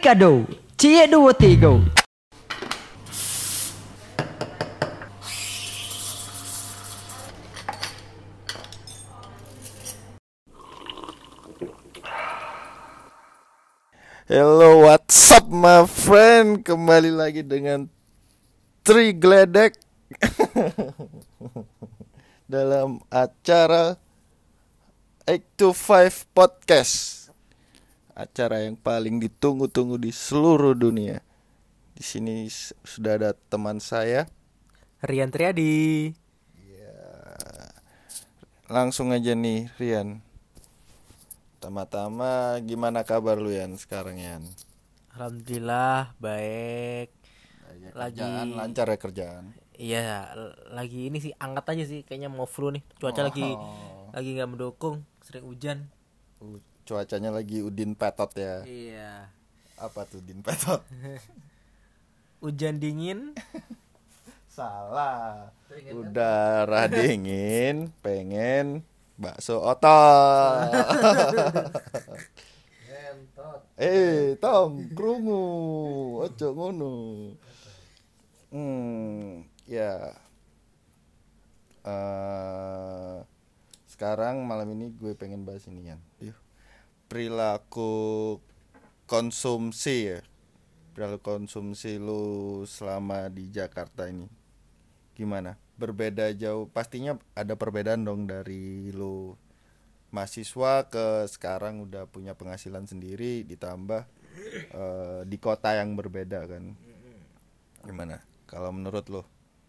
Mikado, Cie Dua Tigo. Hello, what's up my friend? Kembali lagi dengan Tri Gledek dalam acara 825 Podcast. Acara yang paling ditunggu-tunggu di seluruh dunia. Di sini sudah ada teman saya, Rian Triadi. Langsung aja nih, Rian. Tama-tama gimana kabar lu Yan sekarang Yan? Alhamdulillah baik. Kerjaan lancar ya kerjaan? Iya, lagi ini sih angkat aja sih, kayaknya mau flu nih. Cuaca lagi nggak mendukung, sering hujan. Cuacanya lagi Udin Petot ya. Iya. Apa tuh Udin Petot? Hujan dingin. Salah. Udara dingin, pengen bakso otot. Tom, krungu, ojo ngono. Ya. Sekarang malam ini gue pengen bahas ini Yan. Perilaku konsumsi ya. Perilaku konsumsi lu selama di Jakarta ini gimana? Berbeda jauh, pastinya ada perbedaan dong dari lu mahasiswa ke sekarang udah punya penghasilan sendiri ditambah di kota yang berbeda kan. Gimana kalau menurut lu?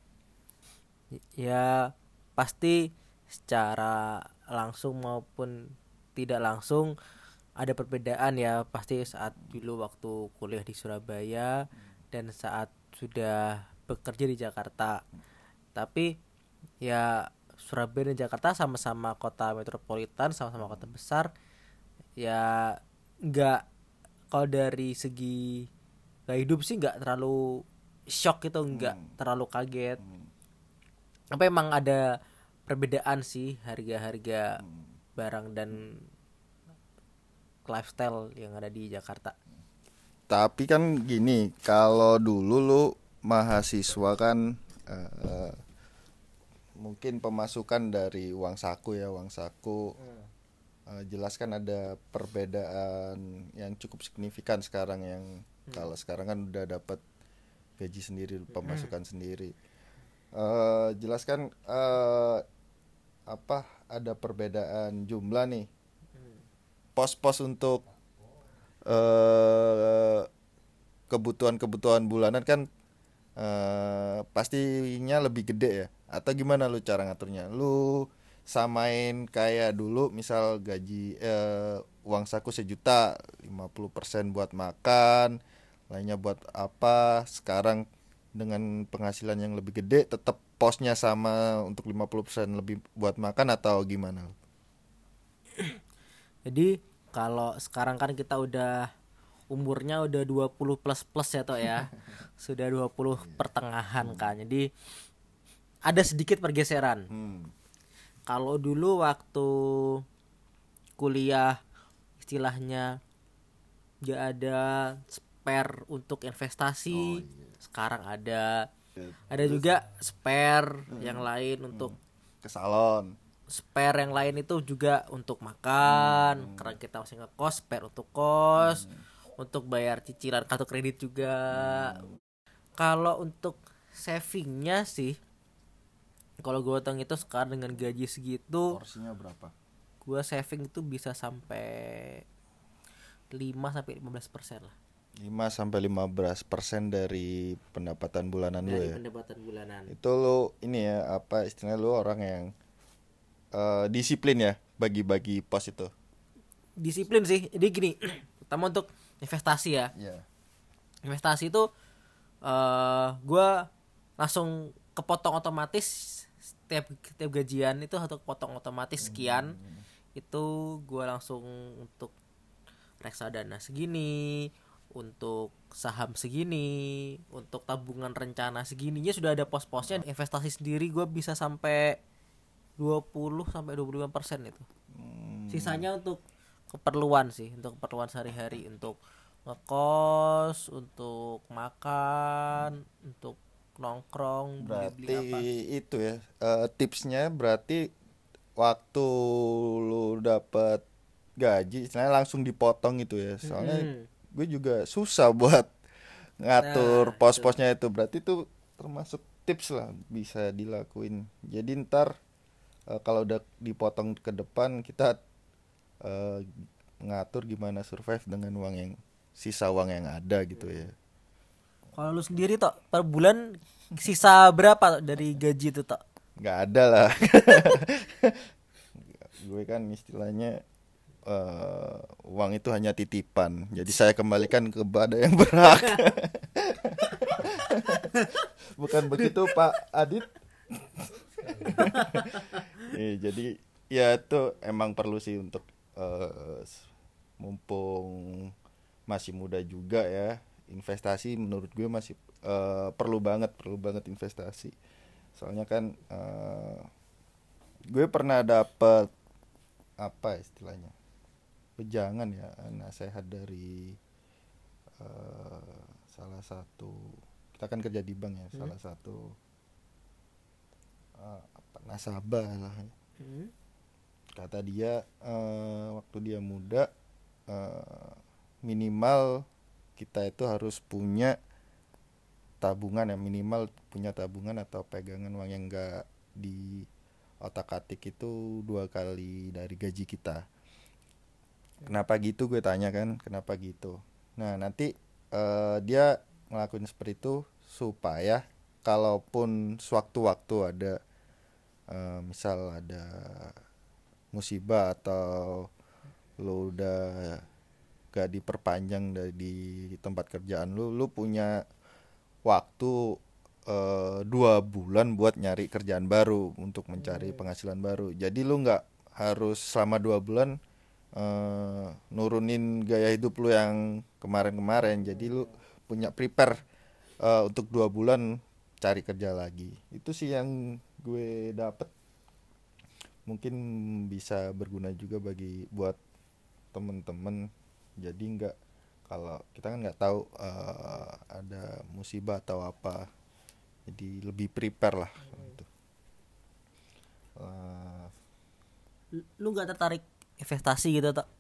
Ya pasti secara langsung maupun tidak langsung ada perbedaan ya. Pasti saat dulu waktu kuliah di Surabaya dan saat sudah bekerja di Jakarta. Tapi ya Surabaya dan Jakarta sama-sama kota metropolitan, sama-sama kota besar. Ya nggak, kalau dari segi gaya hidup sih nggak terlalu shock gitu, nggak terlalu kaget. Apa emang ada perbedaan sih harga-harga barang dan lifestyle yang ada di Jakarta. Tapi kan gini, kalau dulu lu mahasiswa kan mungkin pemasukan dari uang saku ya, jelas kan ada perbedaan yang cukup signifikan sekarang yang kalau sekarang kan udah dapat gaji sendiri, pemasukan sendiri. Jelas kan ada perbedaan jumlah nih. Pos-pos untuk kebutuhan bulanan kan pastinya lebih gede ya. Atau gimana lu cara ngaturnya? Lu samain kayak dulu misal gaji uang saku 1 juta, 50% buat makan, lainnya buat apa. Sekarang dengan penghasilan yang lebih gede tetap posnya sama untuk 50% lebih buat makan atau gimana? Jadi kalau sekarang kan kita udah umurnya udah 20 plus ya toh ya. Sudah 20 pertengahan kan. Jadi ada sedikit pergeseran. Kalau dulu waktu kuliah istilahnya gak ada spare untuk investasi. Sekarang ada juga spare yang lain untuk ke salon. Spare yang lain itu juga untuk makan, karena kita masih ngekos, spare untuk kos, untuk bayar cicilan kartu kredit juga. Kalau untuk savingnya sih, kalau gue hitung itu sekarang dengan gaji segitu, porsinya berapa? Gue saving itu bisa sampai 5-15% lah. 5-15% dari pendapatan bulanan lu ya. Pendapatan bulanan. Itu lu ini ya, apa istilahnya, lu orang yang disiplin ya bagi-bagi pos itu. Disiplin sih. Jadi gini, pertama untuk investasi ya. Investasi itu gue langsung kepotong otomatis setiap gajian itu atau potong otomatis sekian. Itu gue langsung untuk reksadana segini, untuk saham segini, untuk tabungan rencana segininya sudah ada pos-posnya. Investasi sendiri gue bisa sampai 20-25% itu. Sisanya untuk keperluan sih, untuk keperluan sehari-hari, untuk ngekos, untuk makan, untuk nongkrong, beli-beli Berarti apa. itu ya, tipsnya berarti waktu lu dapet gaji istilahnya langsung dipotong gitu ya. Soalnya Mm-mm. gue juga susah buat ngatur Nah, itu. pos-posnya itu. Berarti itu termasuk tips lah bisa dilakuin. Jadi ntar kalau udah dipotong ke depan kita eh, ngatur gimana survive dengan uang yang sisa uang yang ada gitu ya. Kalau lu sendiri Tok, per bulan sisa berapa Tok, dari gaji itu Tok? Nggak ada lah. Gue kan istilahnya uang itu hanya titipan. Jadi saya kembalikan kepada yang berhak. Bukan begitu Pak Adit? Jadi ya itu emang perlu sih untuk mumpung masih muda juga ya. Investasi menurut gue masih perlu banget investasi. Soalnya kan gue pernah dapet apa istilahnya pejangan ya nasihat dari salah satu, kita kan kerja di bank ya, salah satu apa, nasabah lah. Hmm? Kata dia waktu dia muda minimal kita itu harus punya tabungan ya, minimal punya tabungan atau pegangan uang yang enggak di otak-atik itu 2 kali dari gaji kita. Kenapa gitu gue tanya kan, kenapa gitu. Nah nanti dia ngelakuin seperti itu supaya kalaupun sewaktu-waktu ada misal ada musibah atau lu udah gak diperpanjang dari di tempat kerjaan lu punya waktu 2 bulan buat nyari kerjaan baru untuk mencari penghasilan baru. Jadi lu nggak harus selama 2 bulan nurunin gaya hidup lu yang kemarin-kemarin. Jadi lu punya prepare untuk 2 bulan cari kerja lagi. Itu sih yang gue dapet. Mungkin bisa berguna juga bagi buat temen-temen. Jadi nggak, kalau kita kan nggak tahu ada musibah atau apa, jadi lebih prepare lah gitu. Uh, Lu nggak tertarik investasi gitu Tok?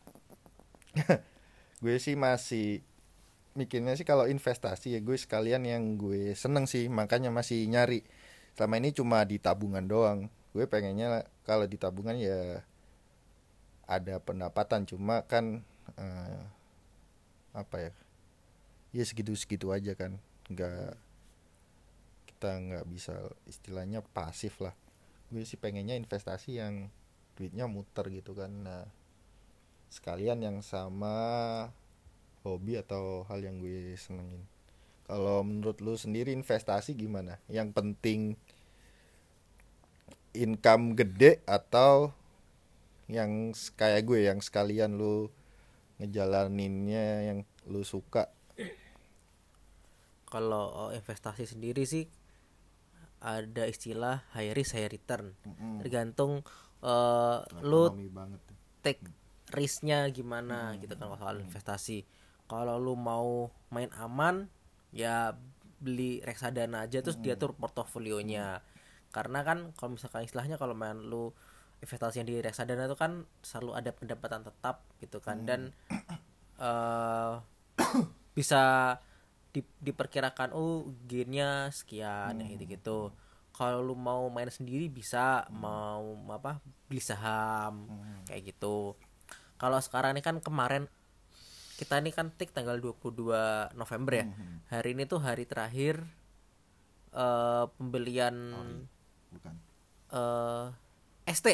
gue sih masih mikirnya sih kalau investasi ya gue sekalian yang gue seneng sih, makanya masih nyari. Selama ini cuma di tabungan doang. Gue pengennya kalau di tabungan ya ada pendapatan, cuma kan apa ya, ya segitu-segitu aja kan, nggak, kita nggak bisa istilahnya pasif lah. Gue sih pengennya investasi yang duitnya muter gitu kan. Nah sekalian yang sama hobi atau hal yang gue senengin. Kalau menurut lu sendiri investasi gimana? Yang penting income gede atau yang kayak gue yang sekalian lu ngejalaninnya yang lu suka? Kalau investasi sendiri sih ada istilah high risk high return. Tergantung lu Ekonomi banget tuh. take risknya gimana gitu kan kalau soal investasi. Kalau lu mau main aman ya beli reksadana aja terus diatur portofolionya. Karena kan kalau misalkan istilahnya kalau main lu investasi yang di reksadana itu kan selalu ada pendapatan tetap gitu kan, dan eh bisa diperkirakan gainnya sekian ya gitu. Kalau lu mau main sendiri bisa mau apa beli saham kayak gitu. Kalau sekarang ini kan kemarin kita ini kan tik tanggal 22 November ya. Hari ini tuh hari terakhir pembelian Bukan. ST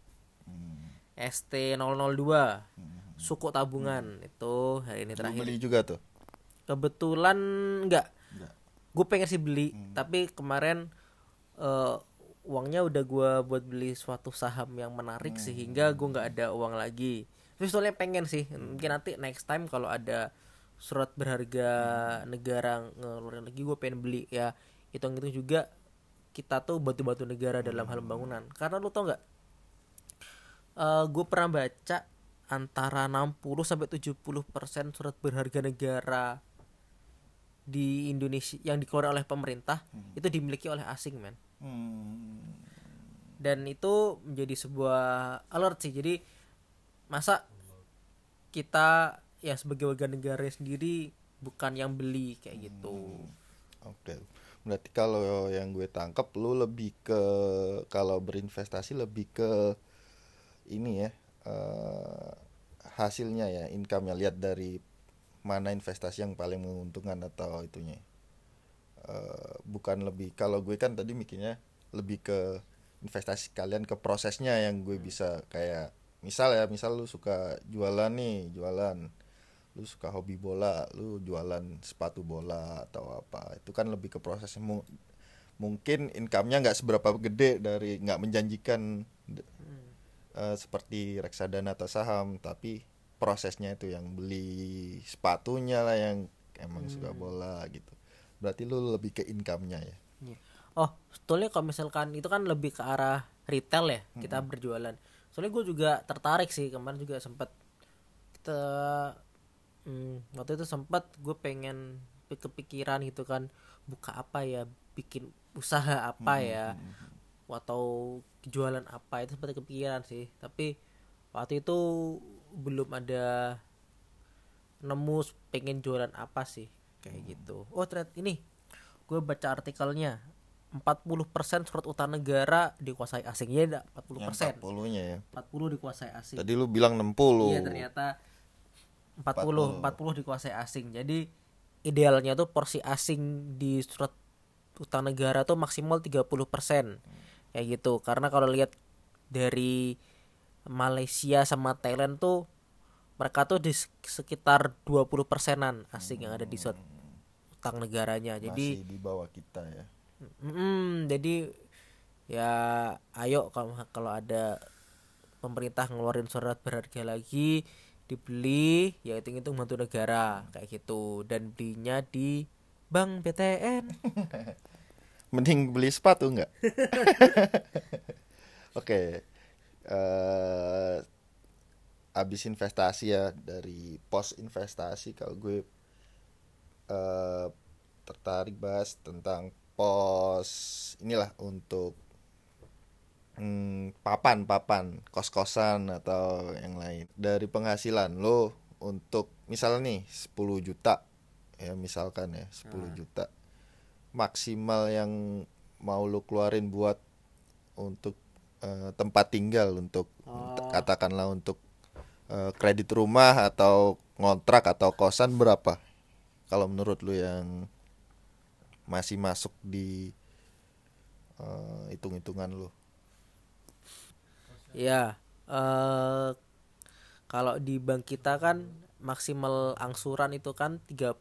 ST002 suku tabungan itu hari ini Lu terakhir. beli juga tuh? Kebetulan enggak. Enggak. Gue pengen sih beli, tapi kemarin uangnya udah gue buat beli suatu saham yang menarik sehingga gue nggak ada uang lagi. Tapi soalnya pengen sih, mungkin nanti next time kalau ada surat berharga negara ngeluarin lagi gue pengen beli ya. Hitung-hitung juga kita tuh bantu-bantu negara dalam hal pembangunan. Karena lu tau nggak, gue pernah baca antara 60-70% surat berharga negara di Indonesia yang dikeluarkan oleh pemerintah itu dimiliki oleh asing, men. Dan itu menjadi sebuah alert sih. Jadi masa kita ya sebagai warga negara sendiri bukan yang beli kayak gitu. Oke. Berarti kalau yang gue tangkap lu lebih ke kalau berinvestasi lebih ke ini ya, hasilnya ya, income-nya, lihat dari mana investasi yang paling menguntungkan atau itunya. Bukan lebih, kalau gue kan tadi mikirnya lebih ke investasi kalian ke prosesnya yang gue bisa kayak misal lu suka jualan nih, lu suka hobi bola, lu jualan sepatu bola atau apa, itu kan lebih ke prosesnya. Mungkin income-nya nggak seberapa gede, dari nggak menjanjikan seperti reksadana atau saham, tapi prosesnya itu yang beli sepatunya lah yang emang suka bola gitu. Berarti lu lebih ke income-nya ya. Oh, sebetulnya kalau misalkan itu kan lebih ke arah retail ya, kita berjualan. Soalnya gue juga tertarik sih, kemarin juga sempat kita waktu itu sempat gue pengen kepikiran gitu kan, buka apa ya, bikin usaha apa ya, atau jualan apa, itu sempat kepikiran sih. Tapi waktu itu belum ada nemu pengen jualan apa sih kayak gitu. Oh ternyata ini gue baca artikelnya 40% surat utang negara dikuasai asing. Ya enggak, 40%. Yang 40-nya ya. 40 dikuasai asing. Tadi lu bilang 60. Iya, ternyata 40 dikuasai asing. Jadi idealnya tuh porsi asing di surat utang negara tuh maksimal 30%. Kayak gitu. Karena kalau lihat dari Malaysia sama Thailand tuh mereka tuh di sekitar 20%-an asing yang ada di surat utang negaranya. Jadi masih di bawah kita ya. Jadi ya ayo kalau ada pemerintah ngeluarin surat berharga lagi dibeli, ya hitung-hitung bantu negara kayak gitu, dan belinya di Bank BTN. Mending beli sepatu nggak? Oke. Abis investasi ya, dari pos investasi, kalau gue tertarik bahas tentang pos inilah untuk papan kos-kosan atau yang lain. Dari penghasilan lo untuk misalnya nih 10 juta ya, misalkan ya 10 juta maksimal yang mau lo keluarin buat untuk tempat tinggal, untuk katakanlah untuk kredit rumah atau ngontrak atau kosan, berapa kalau menurut lo yang masih masuk di hitung-hitungan lo? Ya, kalau di bank kita kan maksimal angsuran itu kan 30%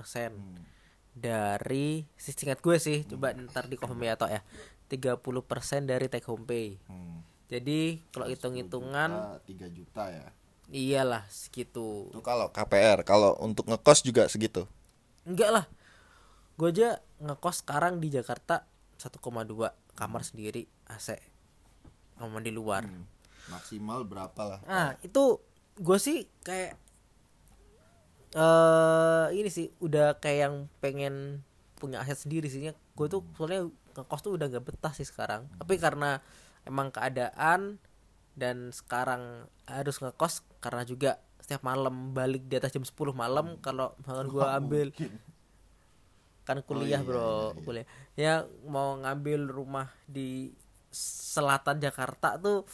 dari, seingat gue sih, coba ntar di confirm ya, 30% dari take home pay. Jadi kalau hitung-hitungan 3 juta ya. Iyalah segitu. Itu kalau KPR, kalau untuk ngekos juga segitu? Enggak lah. Gue aja ngekos sekarang di Jakarta 1,2 kamar sendiri, AC sama di luar. Maksimal berapa lah? Nah itu gue sih kayak ini sih udah kayak yang pengen punya aset sendiri sih. Gue tuh soalnya ngekos tuh udah gak betah sih sekarang. Tapi karena emang keadaan dan sekarang harus ngekos, karena juga setiap malam balik di atas jam 10 malam kalau misalkan gue ambil kan kuliah iya. Kuliah ya, mau ngambil rumah di selatan Jakarta tuh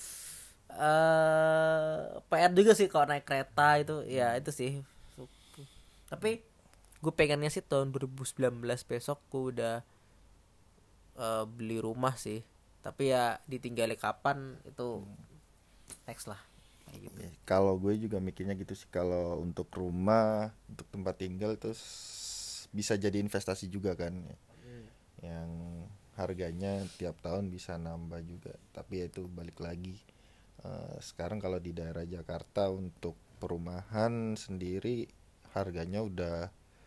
PR juga sih kalau naik kereta itu. Ya itu sih. Tapi gue pengennya sih tahun 2019 besok gue udah beli rumah sih. Tapi ya ditinggali kapan itu next lah kayak gitu. Kalau gue juga mikirnya gitu sih, kalau untuk rumah, untuk tempat tinggal itu bisa jadi investasi juga kan, yang harganya tiap tahun bisa nambah juga. Tapi ya itu balik lagi, sekarang kalau di daerah Jakarta untuk perumahan sendiri harganya udah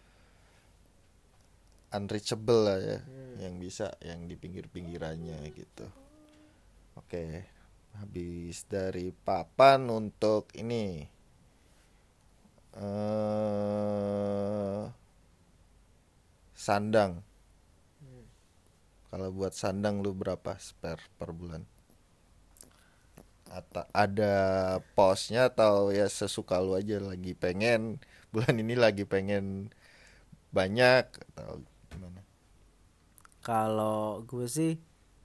unreachable lah ya, yang bisa yang di pinggir-pinggirannya gitu. Oke, habis dari papan untuk ini Sandang. Kalau buat sandang lu berapa spare per bulan? Atau ada posnya atau ya sesuka lu aja lagi pengen bulan ini lagi pengen banyak atau gimana? Kalau gue sih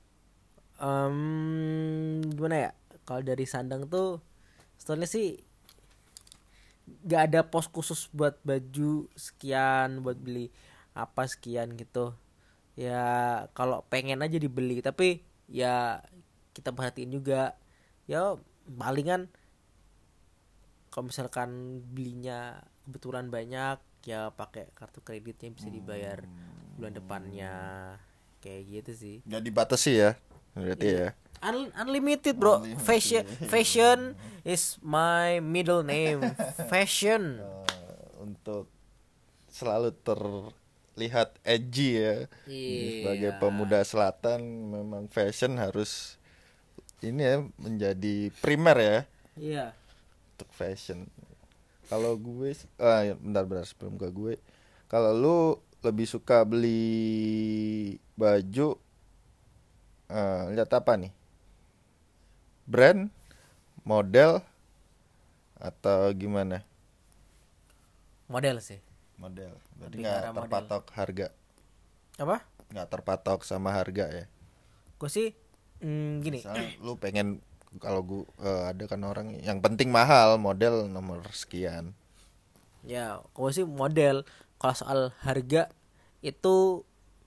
gimana ya? Kalau dari sandang tuh sebetulnya sih gak ada pos khusus buat baju sekian, buat beli apa sekian gitu. Ya kalau pengen aja dibeli, tapi ya kita perhatiin juga. Ya palingan kalau misalkan belinya kebetulan banyak ya pakai kartu kreditnya bisa dibayar bulan depannya, kayak gitu sih. Nggak dibatasi ya berarti ya. Unlimited bro. Fashion is my middle name. Fashion. Untuk selalu terlihat edgy ya. Sebagai pemuda selatan memang fashion harus ini ya menjadi primer ya Iya. untuk fashion. Kalau gue ya, bentar sebelum ke gue, kalau lu lebih suka beli baju lihat apa nih? Brand, model atau gimana? Model sih. Model. Berarti Lebih ke nggak arah model. terpatok harga. Apa? Nggak terpatok sama harga ya. Gue sih gini. Misalnya lu pengen kalau gue ada kan orang yang penting mahal model nomor sekian. Ya, gue sih model. Kalau soal harga itu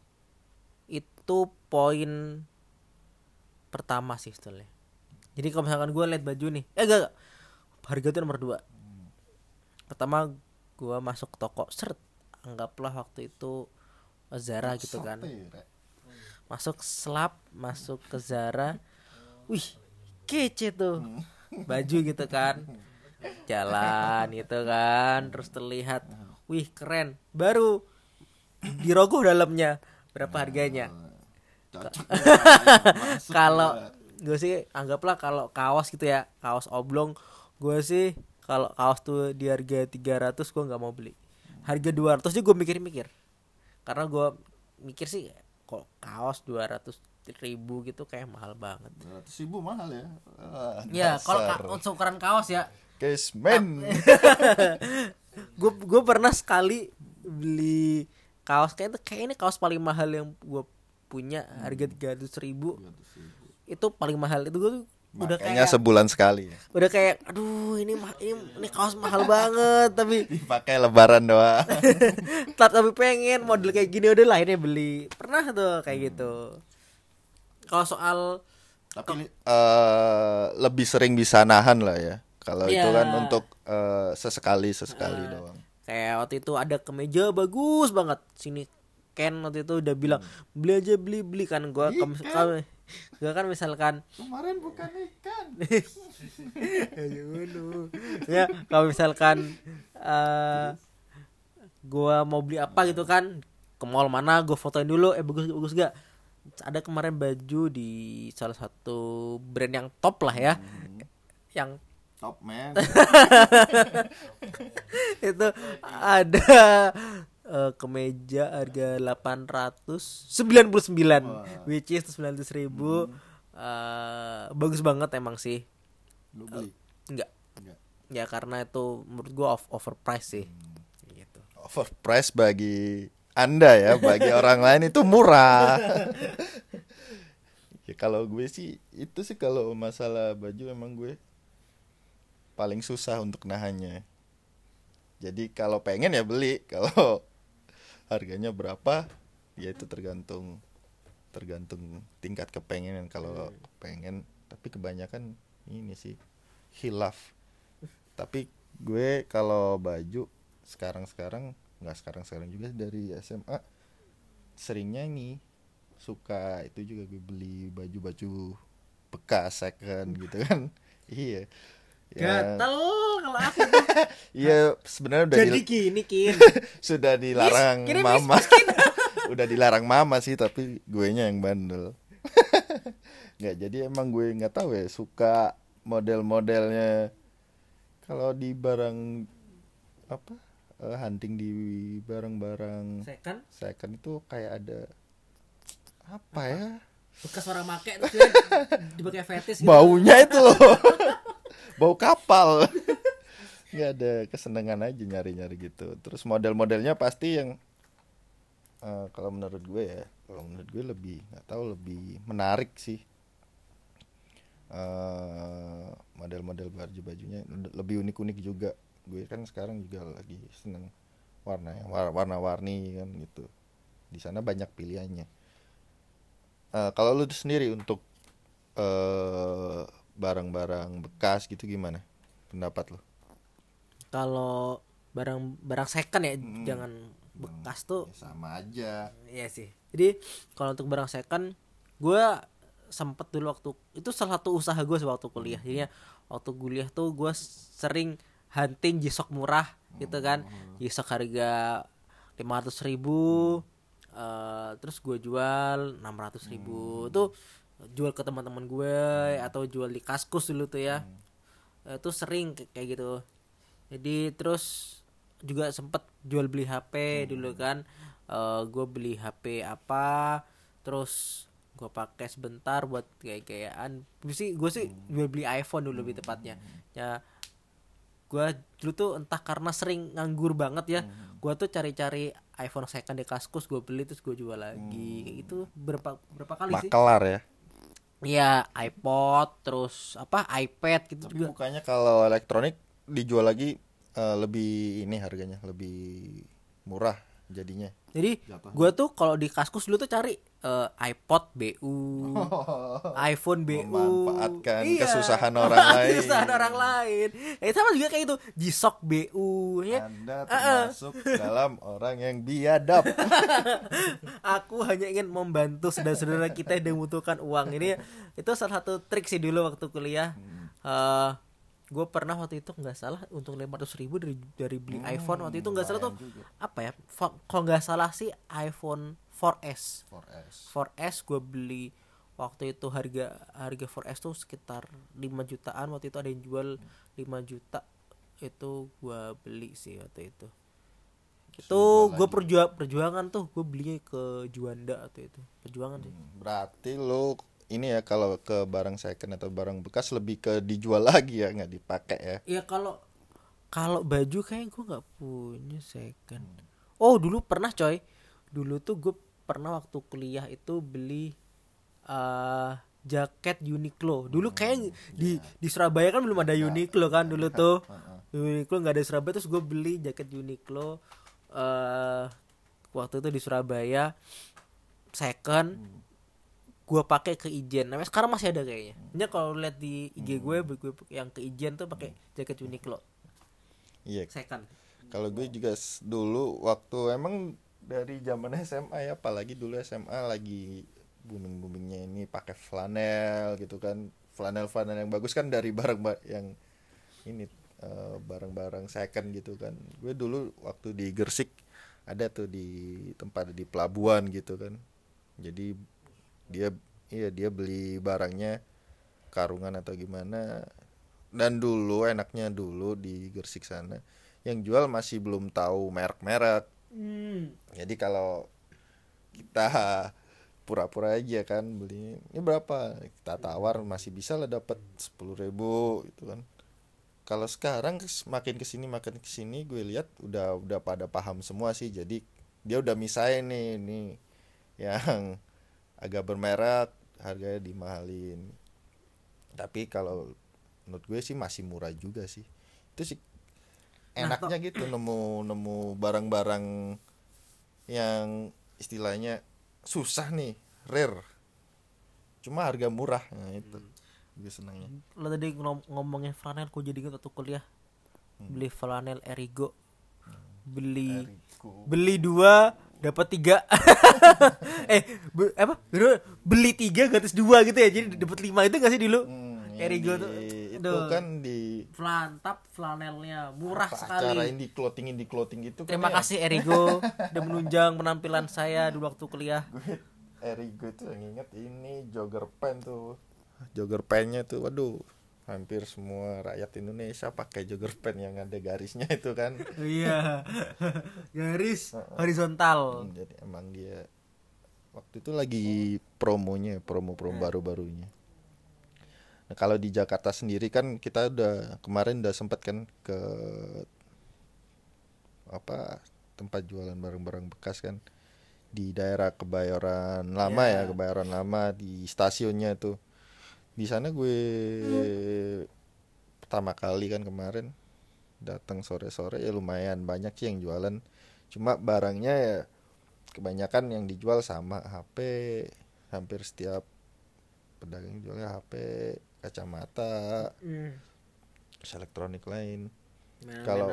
poin pertama sih sebetulnya. Jadi kalau misalkan gue lihat baju nih, enggak. Harga itu nomor 2. Pertama gue masuk toko seret, anggaplah waktu itu Zara gitu kan. Masuk ke Zara. Wih, kece tuh. Baju gitu kan. Jalan gitu kan, terus terlihat wih keren. Baru dirogoh dalamnya. Berapa harganya? Kalau gue sih anggaplah kalau kaos gitu ya, kaos oblong, gue sih kalau kaos tuh di harga 300 gue nggak mau beli. Harga 200 sih gue mikir-mikir. Karena gue mikir sih kok kaos 200.000 gitu kayak mahal banget. 200.000 mahal ya. Ya kalau untuk ukuran kaos ya. Caseman. Gue pernah sekali beli kaos kayak ini kaos paling mahal yang gue punya, harga 300.000. Itu paling mahal. Itu gue tuh udah Makanya kayak sebulan sekali ya. udah kayak aduh ini kaos mahal banget tapi Dipakai lebaran doang. tapi pengen model kayak gini, udah lah akhirnya beli. Pernah tuh kayak gitu. Kalau soal Tapi lebih sering bisa nahan lah ya. Kalau itu Iya. kan untuk sesekali doang. kayak waktu itu ada kemeja bagus banget sini, Ken waktu itu udah bilang beli aja beli kan. Gua kan misalkan Kemarin bukan ikan. ya kalau misalkan gua mau beli apa gitu kan, ke mall mana gua fotoin dulu, bagus gak. Ada kemarin baju di salah satu brand yang top lah ya, yang Top man. itu ada kemeja harga 899, which is 900.000. Bagus banget emang sih. Lu beli? Enggak. Enggak. Ya karena itu menurut gua overpriced sih. Gitu. Overpriced bagi Anda ya, bagi orang lain itu murah. Ya kalau gue sih itu sih kalau masalah baju emang gue paling susah untuk nahannya. Jadi kalau pengen ya beli, kalau harganya berapa ya itu tergantung tingkat kepengenan. Kalau pengen, tapi kebanyakan ini sih hilaf. Tapi gue kalau baju sekarang nggak sekarang juga, dari SMA seringnya ini suka itu juga gue beli baju bekas second gitu kan. Iya. Gatel kalau aku Iya sebenarnya udah jadi gini Kin. sudah dilarang Kirim mama. Udah dilarang mama sih, tapi guenya yang bandel. Nggak, jadi emang gue nggak tahu ya, suka model-modelnya. Kalau di barang apa hunting di barang-barang second itu kayak ada apa ya? Bekas orang make terus dia dipakai fetis gitu. Baunya itu loh. Bau kapal. Nggak ada kesenangan aja nyari-nyari gitu. Terus model-modelnya pasti yang kalau menurut gue lebih nggak tahu, lebih menarik sih. Model-model baju-bajunya lebih unik-unik juga. Gue kan sekarang juga lagi seneng warna-warni kan gitu. Di sana banyak pilihannya. Kalau lu sendiri untuk barang-barang bekas gitu gimana pendapat lu? Kalau barang second ya, jangan bekas tuh sama aja. Iya sih. Jadi kalau untuk barang second, gue sempet dulu waktu itu salah satu usaha gue waktu kuliah. Jadinya waktu kuliah tuh gue sering hunting G-Shock murah gitu kan. G-Shock harga 500.000, terus gue jual 600.000. Tuh jual ke teman-teman gue atau jual di Kaskus dulu tuh ya. Itu sering kayak gitu. Jadi terus juga sempet jual beli HP dulu kan. Gue beli HP apa, terus gue pakai sebentar buat gaya-gayaan. Gue sih jual beli iPhone dulu lebih tepatnya. Ya gue dulu tuh entah karena sering nganggur banget ya, gue tuh cari-cari iPhone second di Kaskus, gue beli terus gue jual lagi. Kayak gitu berapa kali sih? Makelar ya. Iya, iPod terus apa iPad gitu. Tapi juga. bukannya kalau elektronik dijual lagi lebih ini harganya lebih murah jadinya. Jadi gue tuh kalau di Kaskus dulu tuh cari iPod BU, iPhone BU, memanfaatkan kesusahan orang lain. Kesusahan orang lain. Sama juga kayak itu G-Shock BU ya. Anda termasuk dalam orang yang biadab. Aku hanya ingin membantu saudara-saudara kita yang membutuhkan uang. Ini itu salah satu trik sih dulu waktu kuliah. Gue pernah waktu itu nggak salah untuk 500.000 dari beli iPhone waktu itu nggak salah tuh juga. Apa ya? Kalau nggak salah sih iPhone 4S. 4S gue beli waktu itu harga 4S tuh sekitar 5 jutaan. Waktu itu ada yang jual 5 juta. Itu gue beli sih waktu itu. Itu gue perjuangan tuh, gue belinya ke Juanda waktu itu. Perjuangan sih. Berarti lo ini ya kalau ke barang second atau barang bekas lebih ke dijual lagi ya, nggak dipakai ya? Iya, kalau baju kayaknya gue nggak punya second. Oh dulu pernah coy, dulu tuh gue pernah waktu kuliah itu beli jaket Uniqlo. Dulu kayak di Surabaya kan belum ada Uniqlo kan dulu tuh. Uniqlo nggak ada di Surabaya, terus gue beli jaket Uniqlo waktu itu di Surabaya second. Gue pakai ke Ijen. Namanya sekarang masih ada kayaknya. Ini kalau lihat di IG gue yang ke Ijen tuh pakai jaket Uniqlo. Iya. Second. Kalau gue juga dulu waktu emang dari zaman SMA ya, apalagi dulu SMA lagi boomingnya ini pakai flanel gitu kan. Flanel yang bagus kan dari barang yang ini barang-barang second gitu kan. Gue dulu waktu di Gersik ada tuh di tempat di pelabuhan gitu kan. Jadi dia beli barangnya karungan atau gimana. Dan dulu enaknya dulu di Gersik sana yang jual masih belum tahu merek-merek. Jadi kalau kita pura-pura aja kan beli, ini berapa, kita tawar masih bisa lah dapat 10.000 gitu kan. Kalau sekarang makin kesini gue lihat udah pada paham semua sih. Jadi dia udah misahin nih yang agak bermerek harganya dimahalin. Tapi kalau menurut gue sih masih murah juga sih. Itu sih enaknya gitu, nemu barang-barang yang istilahnya susah nih, rare, cuma harga murah. Nah itu gue senangnya. Lo tadi ngomongin flanel, gue jadi ingat waktu kuliah beli flanel Erigo. Beli 2 dapat 3. Beli 3 gratis 2 gitu ya. Jadi dapat 5 itu enggak sih dulu? Erigo tuh. Itu kan di flanelnya murah sekali. Acarain di clothing gitu. Terima kasih Erigo udah menunjang penampilan saya dulu waktu kuliah. Erigo itu yang inget ini jogger pen tuh. Jogger pennya tuh waduh hampir semua rakyat Indonesia pakai jogger pants yang ada garisnya itu kan. Iya. Garis horizontal. Jadi emang dia waktu itu lagi promonya, promo baru-barunya. Nah, kalau di Jakarta sendiri kan kita kemarin udah sempet kan ke tempat jualan barang-barang bekas kan di daerah Kebayoran Lama ya, Kebayoran Lama di stasiunnya tuh. Di sana gue pertama kali kan kemarin datang sore-sore, ya lumayan banyak sih yang jualan. Cuma barangnya ya kebanyakan yang dijual sama HP. Hampir setiap pedagang jualnya HP, kacamata, elektronik lain. Kalau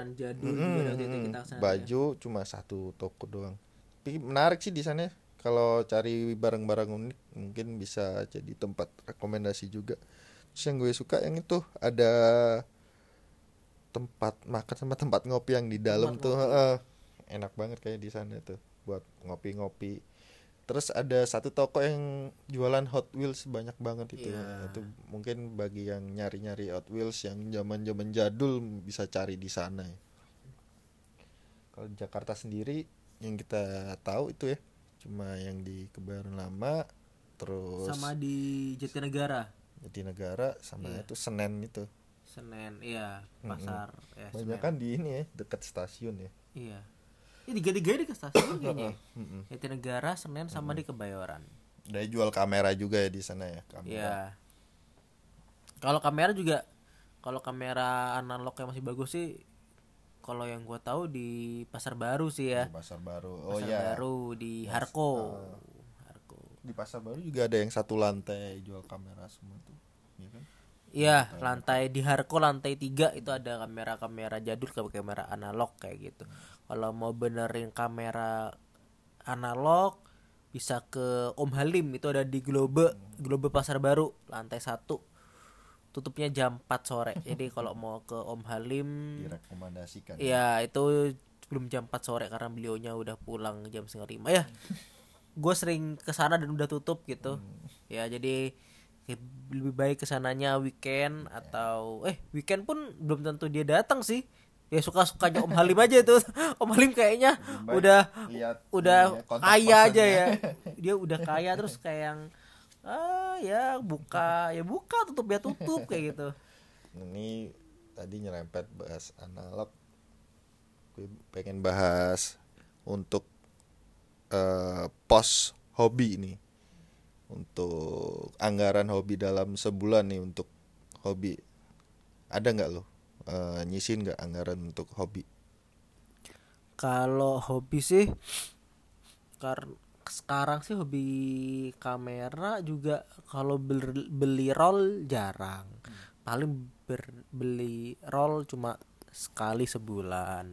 baju cuma satu toko doang. Tapi menarik sih di sana. Kalau cari barang-barang unik mungkin bisa jadi tempat rekomendasi juga. Terus yang gue suka yang itu ada tempat makan sama tempat ngopi yang di dalam tuh. Enak banget kayak di sana tuh buat ngopi-ngopi. Terus ada satu toko yang jualan Hot Wheels banyak banget itu. Itu mungkin bagi yang nyari-nyari Hot Wheels yang zaman-zaman jadul bisa cari di sana ya. Kalau di Jakarta sendiri yang kita tahu itu ya cuma yang di Kebayoran Lama, terus sama di Jatinegara sama itu Senen itu. Senen, iya, pasar ya. Banyak kan di ini ya, dekat stasiun ya. Iya. Ini tiga-tiga di stasiun kayaknya. Jatinegara, Senen sama di Kebayoran. Dia jual kamera juga ya di sana ya, kamera. Iya. Kalau kamera juga, kalau kamera analog yang masih bagus sih, kalau yang gua tahu di Pasar Baru sih ya. Di Pasar Baru. Pasar Baru di Harko. Di Pasar Baru juga ada yang satu lantai jual kamera semua tuh. Iya kan? Iya, lantai di Harko lantai 3 itu ada kamera-kamera jadul, kamera analog kayak gitu. Kalau mau benerin kamera analog bisa ke Om Halim, itu ada di Globe Pasar Baru lantai 1. Tutupnya jam 4 sore. Jadi kalau mau ke Om Halim direkomendasikan. Iya, itu sebelum jam 4 sore karena beliaunya udah pulang jam 4:30 ya. Gue sering kesana dan udah tutup gitu. Ya jadi lebih baik kesananya weekend atau weekend pun belum tentu dia datang sih. Ya suka-sukanya Om Halim aja itu. Om Halim kayaknya udah kaya aja ya. Dia udah kaya terus kayak yang buka tutup kayak gitu. Ini tadi nyerempet bahas analog. Gue pengen bahas untuk pos hobi nih. Untuk anggaran hobi dalam sebulan nih untuk hobi, ada nggak lo nyisin nggak anggaran untuk hobi? Kalau hobi sih sekarang sih hobi kamera juga kalau beli roll jarang. Paling beli roll cuma sekali sebulan.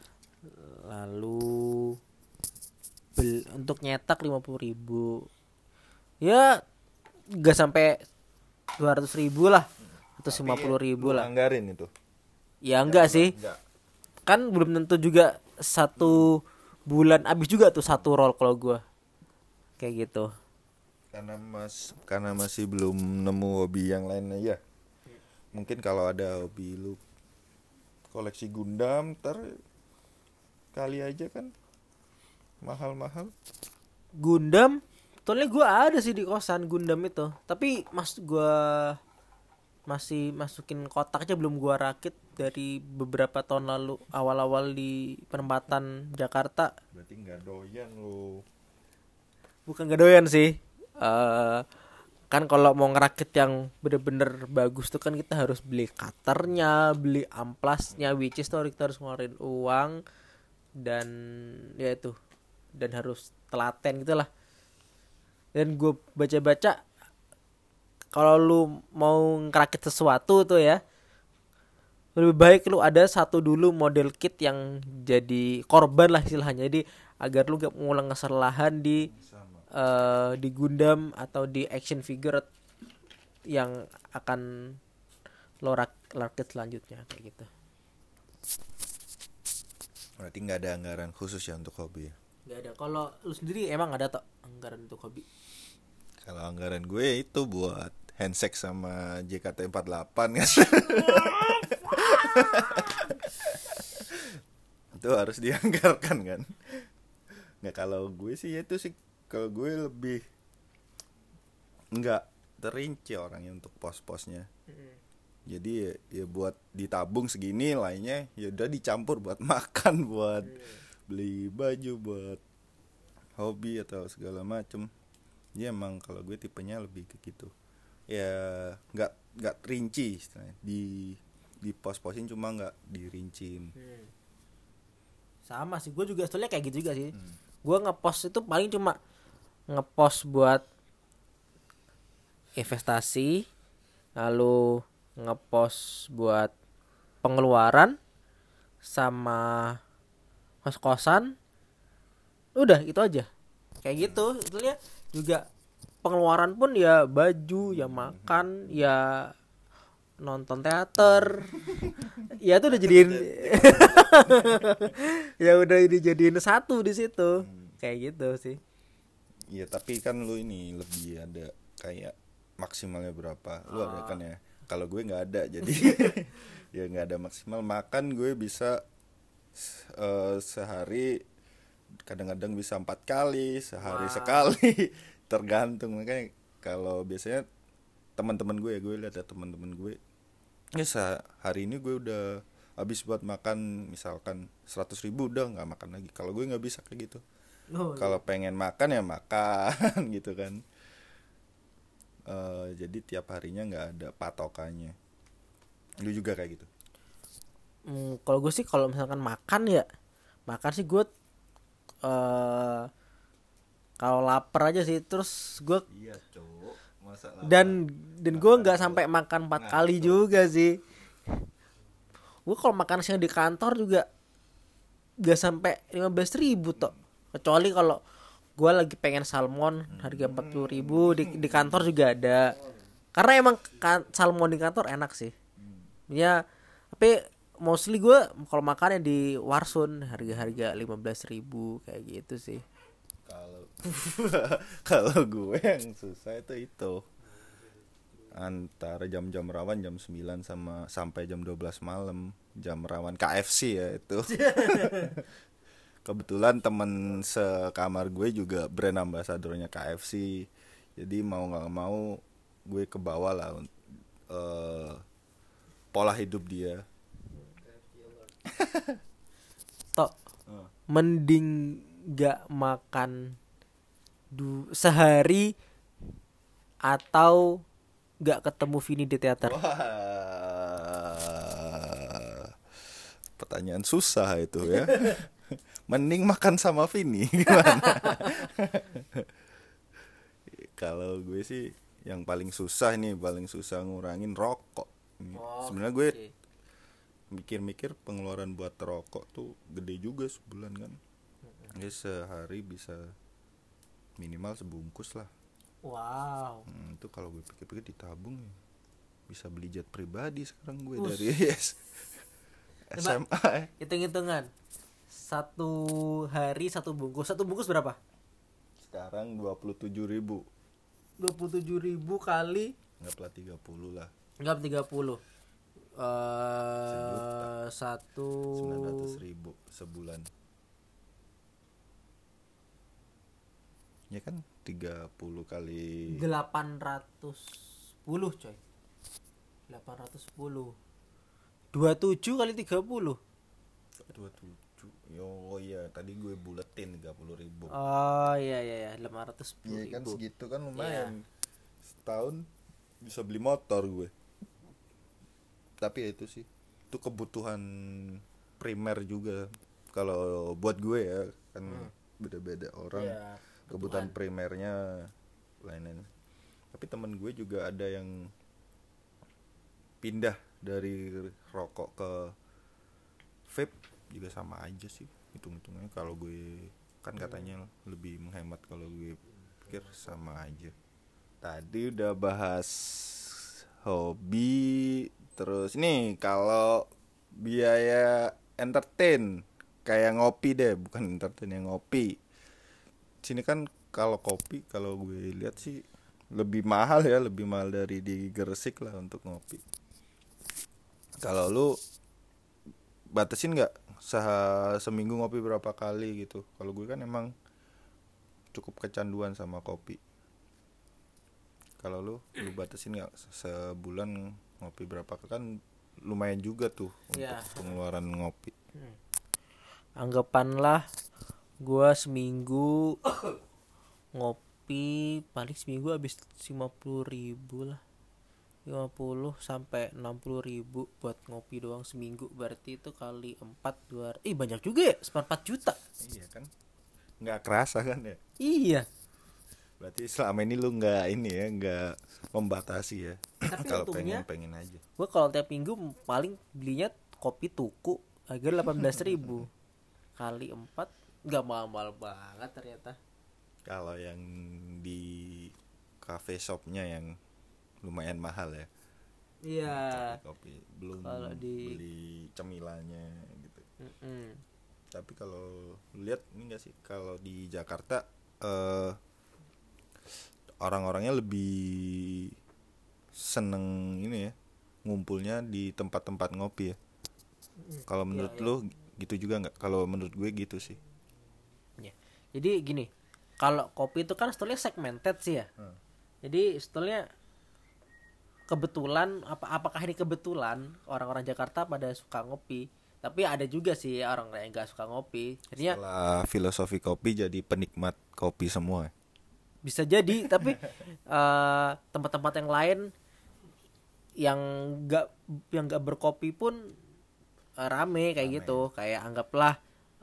Lalu untuk nyetak 50.000 ya nggak sampai 200.000 lah atau 50.000 lah. Anggarin itu? Ya enggak sih. Enggak. Kan belum tentu juga satu bulan habis juga tuh satu roll kalau gua. Kayak gitu. Karena masih belum nemu hobi yang lainnya ya. Mungkin kalau ada hobi lu koleksi Gundam, ntar kali aja kan mahal-mahal. Gundam soalnya gue ada sih di kosan Gundam itu, tapi gue masih masukin kotak aja, belum gue rakit dari beberapa tahun lalu awal-awal di perempatan Jakarta. Berarti nggak doyan lo? Bukan nggak doyan sih, kan kalau mau ngerakit yang bener-bener bagus tuh kan kita harus beli cutternya, beli amplasnya, which is tuh kita harus ngeluarin uang dan ya itu, dan harus telaten gitulah. Dan gue baca-baca kalau lu mau ngerakit sesuatu tuh ya, lebih baik lu ada satu dulu model kit yang jadi korban lah istilahnya. Jadi agar lu gak mengulang kesalahan di Gundam atau di action figure yang akan lo rakit selanjutnya kayak gitu. Berarti nggak ada anggaran khusus ya untuk hobi? Nggak ada. Kalau lu sendiri emang ada anggaran untuk hobi? Kalau anggaran gue itu buat handshake sama JKT48 kan. Itu harus dianggarkan kan. Nggak, kalau gue sih itu sih, kalau gue lebih nggak terinci orangnya untuk pos-posnya. Jadi ya buat ditabung segini, lainnya ya udah dicampur buat makan, buat beli baju, buat hobi atau segala macem. Ya emang kalau gue tipenya lebih ke gitu. Ya nggak rinci istilahnya. Di pos-posin cuma nggak dirincin. Sama sih, gue juga sebetulnya kayak gitu juga sih. Gue ngepost itu paling cuma ngepost buat investasi, lalu ngepost buat pengeluaran sama kos-kosan. Udah itu aja. Kayak gitu. Sebetulnya juga pengeluaran pun ya baju, ya makan, ya nonton teater. Ya itu udah jadiin ya udah dijadiin satu di situ. Kayak gitu sih. Iya, tapi kan lu ini lebih ada kayak maksimalnya berapa. Lu ada kan ya. Kalau gue nggak ada, jadi ya nggak ada maksimal. Makan gue bisa sehari kadang-kadang bisa 4 kali, sehari sekali, tergantung. Makanya kalau biasanya teman-teman gue lihat ada teman-teman gue, ya sehari ini gue udah habis buat makan misalkan 100.000, udah nggak makan lagi. Kalau gue nggak bisa kayak gitu. Kalau pengen makan ya makan gitu kan. Jadi tiap harinya nggak ada patokannya. Lu juga kayak gitu? Kalau gue sih kalau misalkan makan sih gue kalau lapar aja sih, terus gue Iya, cowok. Masa dan gue nggak sampai makan 4 kali juga sih. Gue kalau makan siang di kantor juga nggak sampai 15.000 toh, kecuali kalau gue lagi pengen salmon harga 40.000 di kantor juga ada, karena emang salmon di kantor enak sih ya. Tapi mostly gue kalau makannya di Warsun harga 15.000 kayak gitu sih. Kalau gue yang susah itu antara jam-jam rawan jam 9 sampai jam 12 malam, jam rawan KFC ya itu. Kebetulan temen sekamar gue juga brand ambasadornya KFC, jadi mau nggak mau gue kebawa lah pola hidup dia. Tok, mending nggak makan sehari atau nggak ketemu Vini di teater. Wah, pertanyaan susah itu ya. Mending makan sama Vini gimana? Kalau gue sih yang paling susah ngurangin rokok. Sebenarnya gue mikir-mikir pengeluaran buat rokok tuh gede juga sebulan kan. Jadi sehari bisa minimal sebungkus lah. Wow. Itu kalau gue pikir-pikir ditabung ya, bisa beli jet pribadi sekarang gue dari SMA. Hitung-hitungan. Satu hari satu bungkus berapa? Sekarang 27.000. 27.000 kali Anggaplah 30 lah. enggak 30. Sejuta. 900.000 sebulan. Ya kan 30 kali 810 coy. 810. 27 kali 30. 27. Oh iya, tadi gue buletin 30.000. Oh iya 810. Iya kan segitu kan lumayan. Setahun bisa beli motor gue. Tapi ya itu sih, itu kebutuhan primer juga. Kalau buat gue ya kan beda-beda orang. Kebutuhan primernya lain-lain. Tapi temen gue juga ada yang pindah dari rokok ke vape, juga sama aja sih hitung-hitungnya. Kalau gue kan katanya lebih menghemat, kalau gue pikir sama aja. Tadi udah bahas hobi, terus nih kalau biaya entertain kayak ngopi deh, bukan entertain yang ngopi. Sini kan kalau kopi, kalau gue lihat sih lebih mahal ya, lebih mahal dari di Gresik lah untuk ngopi. Kalau lu batasin nggak seminggu ngopi berapa kali gitu? Kalau gue kan emang cukup kecanduan sama kopi. Kalau lu batasin nggak sebulan ngopi berapa kali? Kan lumayan juga tuh untuk Ya. pengeluaran ngopi. Anggapanlah gua seminggu ngopi paling seminggu habis 50.000 lah, 50 sampai 60.000 buat ngopi doang seminggu. Berarti itu kali 4 banyak juga ya, 4 juta. Iya kan, nggak kerasa kan ya. Iya. Berarti selama ini lu nggak ini ya, nggak membatasi ya. Tapi Kalau untungnya pengen aja. gua kalau tiap minggu paling belinya kopi tuku harga 18.000 kali 4 nggak mahal banget ternyata. Kalau yang di cafe shopnya yang lumayan mahal ya. Iya. Kopi belum Kalau beli cemilannya gitu. Mm-mm. Tapi kalau lihat ini nggak sih, kalau di Jakarta orang-orangnya lebih seneng ini ya, ngumpulnya di tempat-tempat ngopi ya. Kalau menurut lu gitu juga nggak? Kalau menurut gue gitu sih. Ya. Jadi gini, kalau kopi itu kan stylenya segmented sih ya. Jadi stylenya kebetulan apakah ini kebetulan orang-orang Jakarta pada suka ngopi, tapi ada juga sih orang yang nggak suka ngopi. Jadinya Setelah filosofi kopi jadi penikmat kopi semua. bisa jadi, tapi tempat-tempat yang lain yang nggak berkopi pun rame kayak gitu. Kayak anggaplah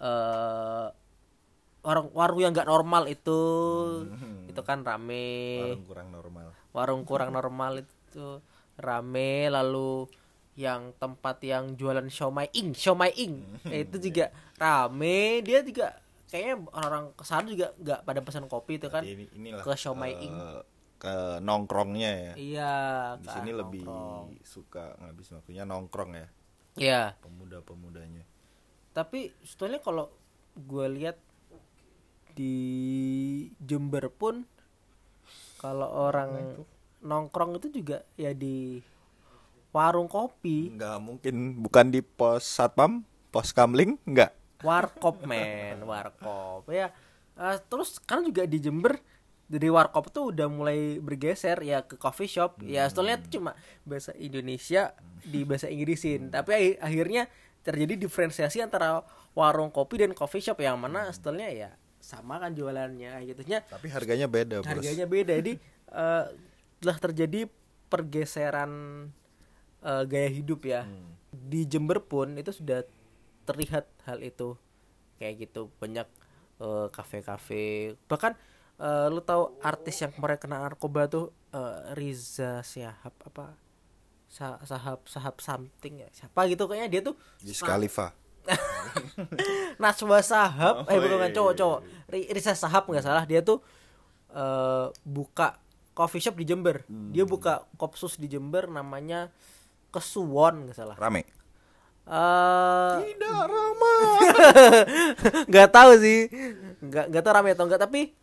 warung yang nggak normal itu kan rame. Warung kurang normal itu rame. Lalu yang tempat yang jualan siomay ing itu juga rame. Dia juga kayaknya orang kesana juga nggak pada pesan kopi itu kan. Inilah ke siomay ing ke nongkrongnya ya. iya, Di sini lebih suka ngabis waktunya nongkrong ya. Iya. Pemuda-pemudanya. Tapi sebetulnya kalau gue lihat di Jember pun kalau orang nongkrong itu juga ya di warung kopi, Nggak mungkin bukan di pos satpam, pos kamling, nggak. warkop warkop ya. Terus sekarang juga di Jember dari warkop tuh udah mulai bergeser ya ke coffee shop. Ya sebetulnya itu cuma bahasa Indonesia di bahasa Inggrisin, tapi akhirnya terjadi diferensiasi antara warung kopi dan coffee shop yang mana sebetulnya ya sama kan jualannya gitunya. Tapi harganya beda, Bos. Harganya beda. Jadi telah terjadi pergeseran gaya hidup ya. Di Jember pun itu sudah terlihat hal itu kayak gitu. Banyak kafe-kafe, bahkan lu tahu artis yang kemarin kena narkoba tuh Riza Syahab apa Sahab something ya, siapa gitu kayaknya. Dia tuh Wiz Khalifa. Najwa Shahab bukan iya, cowok Riza Shahab nggak salah. Dia tuh buka coffee shop di Jember. Dia buka kopsus di Jember namanya Kesuwon nggak salah. Rame. Tidak ramah. Nggak tahu sih, nggak tahu rame atau enggak, tapi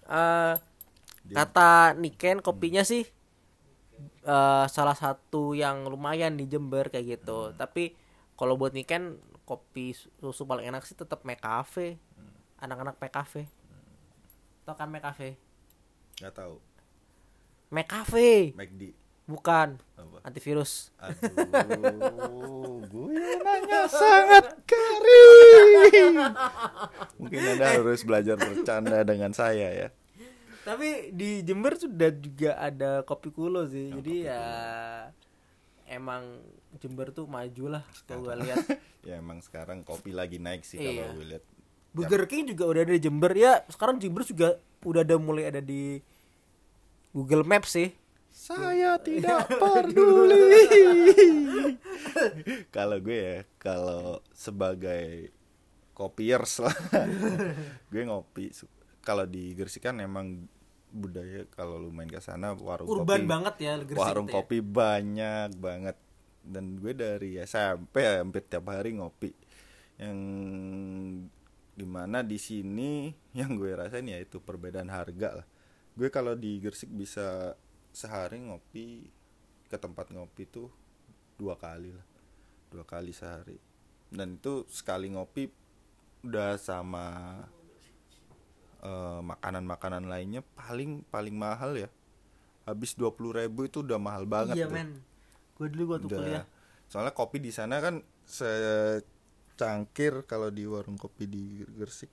kata Niken kopinya sih salah satu yang lumayan di Jember kayak gitu. Tapi kalau buat Niken kopi susu paling enak sih tetap McCafe. Anak-anak McCafe. Tau kan McCafe? Nggak tahu. McCafe. McD. Bukan. Apa? Antivirus. Aduh, guyonannya sangat garing. Mungkin Anda harus belajar bercanda dengan saya ya. Tapi di Jember sudah juga ada kopi kulo sih. Jadi ya emang Jember tuh maju lah kalau gue lihat. Ya emang sekarang kopi lagi naik sih Iya. kalau gue lihat. Burger King juga udah ada di Jember ya. Sekarang Jember juga udah mulai ada di Google Maps sih. Saya tidak peduli. Kalau gue ya, kalau sebagai kopiers lah, gue ngopi. Kalau di Gresik kan emang budaya kalau lu main ke sana warung Urban kopi. banget ya Gresik Warung itu ya. kopi banyak banget. Dan gue dari SMP hampir tiap hari ngopi. Yang dimana di sini yang gue rasain ya itu perbedaan harga lah. Gue kalau di Gresik bisa sehari ngopi ke tempat ngopi tuh 2 kali lah, 2 kali sehari. Dan itu sekali ngopi udah sama makanan-makanan lainnya paling mahal ya habis 20.000 itu udah mahal banget. Iya tuh. men, gue dulu waktu kuliah. Soalnya kopi di sana kan secangkir kalau di warung kopi di Gresik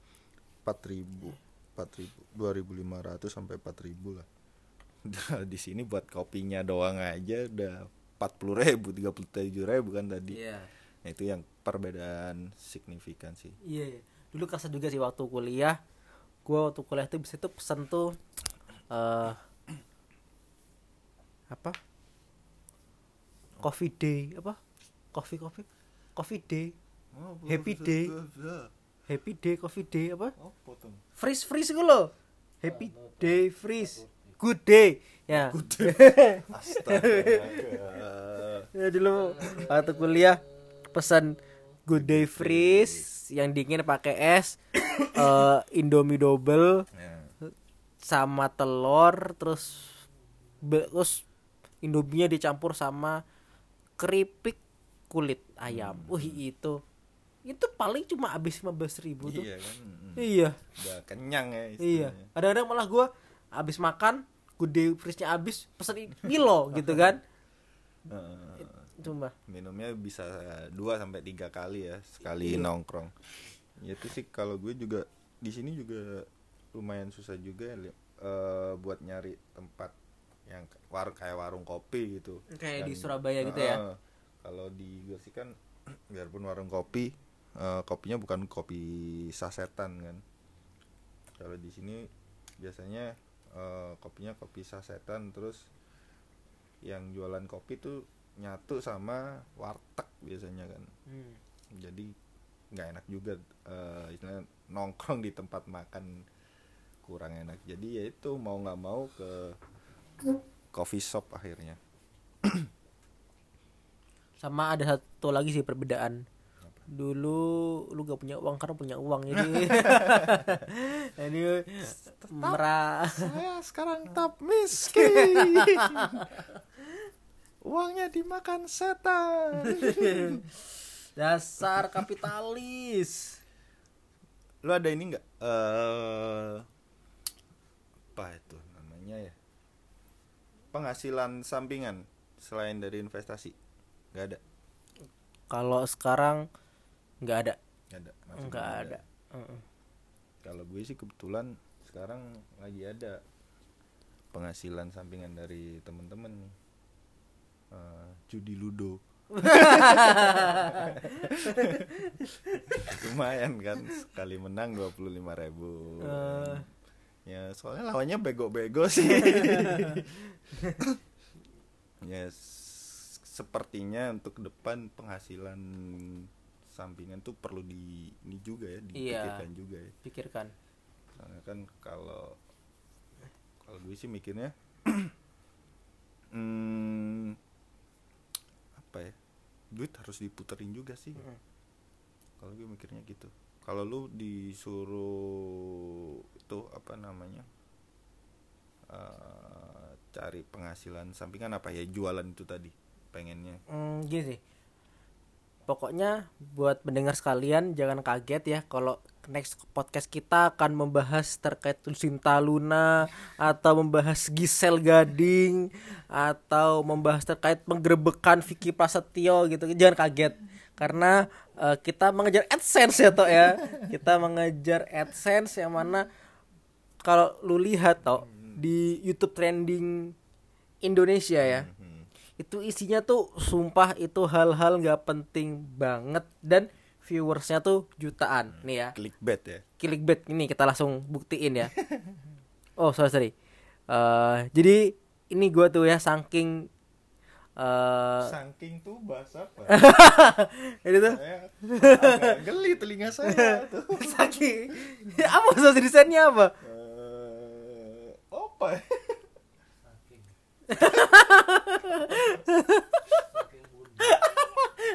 2.500 sampai 4.000 lah. Di sini buat kopinya doang aja udah 40.000, 37.000 kan tadi. Iya. Nah, itu yang perbedaan signifikan sih. Iya. Dulu kerasa juga sih waktu kuliah. Gue waktu kuliah tuh bisa tuh pesen tuh apa? Coffee day apa? Coffee day. Happy day coffee day apa? Freeze gue loh. Happy day freeze. Good day. Ya. Astaga. Ya dulu waktu kuliah pesan good day freeze yang dingin pakai es, Indomie double sama telur, terus Indominya dicampur sama keripik kulit ayam. Itu paling cuma habis 15.000 tuh. Iya kan. Iya. Udah kenyang ya Iya. istilahnya. Kadang-kadang malah gue habis makan good day freeze-nya habis pesen Milo gitu kan. Cuma Minumnya bisa 2-3 kali ya sekali nongkrong. Ya itu sih kalau gue juga di sini juga lumayan susah juga ya, buat nyari tempat yang kayak warung kopi gitu. kayak di Surabaya gitu ya. Kalau di Gresik kan biarpun warung kopi, kopinya bukan kopi sasetan kan. Kalau di sini biasanya kopinya kopi sasetan, terus yang jualan kopi tuh nyatu sama warteg biasanya kan. Jadi nggak enak juga, istilahnya nongkrong di tempat makan kurang enak. Jadi ya itu mau nggak mau ke coffee shop akhirnya. Sama ada satu lagi sih perbedaan. Dulu lu gak punya uang, karena punya uang jadi ini Saya sekarang tetap miskin. Uangnya dimakan setan. dasar kapitalis. Lu ada ini nggak? Apa itu namanya ya? Penghasilan sampingan selain dari investasi? Nggak ada. Kalau sekarang nggak ada. Masih Nggak belum ada. Kalau gue sih kebetulan sekarang lagi ada penghasilan sampingan dari temen-temen nih. Judi ludo. Lumayan kan, sekali menang 25.000. Ya soalnya lawannya bego-bego sih. Ya sepertinya untuk ke depan penghasilan sampingan tuh perlu ini juga ya, dipikirkan juga ya. Pikirkan. Soalnya kan kalau gue sih mikirnya apa ya, duit harus diputerin juga sih. Kalau gue mikirnya gitu. Kalau lu disuruh itu apa namanya, cari penghasilan sampingan apa ya, jualan itu tadi pengennya. Gini sih. Pokoknya buat pendengar sekalian jangan kaget ya kalau next podcast kita akan membahas terkait Cinta Luna, atau membahas Gisel Gading, atau membahas terkait penggerebekan Vicky Prasetyo gitu. Jangan kaget karena kita mengejar AdSense ya toh ya. Kita mengejar AdSense yang mana kalau lu lihat toh di YouTube trending Indonesia ya. Itu isinya tuh sumpah itu hal-hal gak penting banget dan viewersnya tuh jutaan nih ya. Clickbait ini kita langsung buktiin ya. Oh sorry. Jadi ini gue tuh ya saking tuh bahasa apa? Ini tuh geli telinga saya tuh. saking apa bahasa desainnya apa? Apa?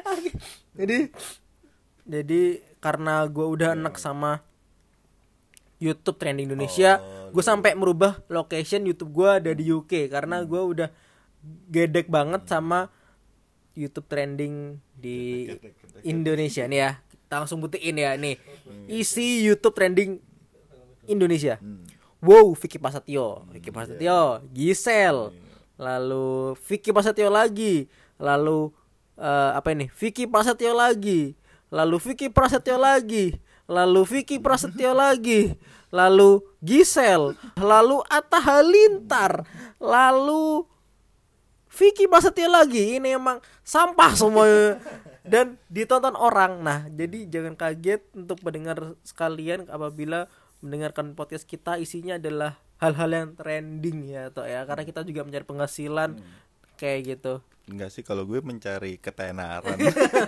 Jadi karena gue udah enak sama YouTube trending Indonesia. Gue sampai merubah location YouTube gue ada di UK karena gue udah gedek banget sama YouTube trending di Indonesia nih ya. Kita langsung buktiin ya nih. Isi YouTube trending Indonesia. Wow, Vicky Prasetyo, Gisel. Lalu Vicky Prasetyo lagi. Lalu apa ini? Vicky Prasetyo lagi. Lalu Vicky Prasetyo lagi. Lalu Vicky Prasetyo lagi. Lalu Gisel. Lalu Atta Halilintar. Lalu Vicky Prasetyo lagi. Ini emang sampah semuanya. Dan ditonton orang. Nah, jadi jangan kaget untuk pendengar sekalian apabila mendengarkan podcast kita isinya adalah hal-hal yang trending ya toh ya, karena kita juga mencari penghasilan kayak gitu. Enggak sih, kalau gue mencari ketenaran.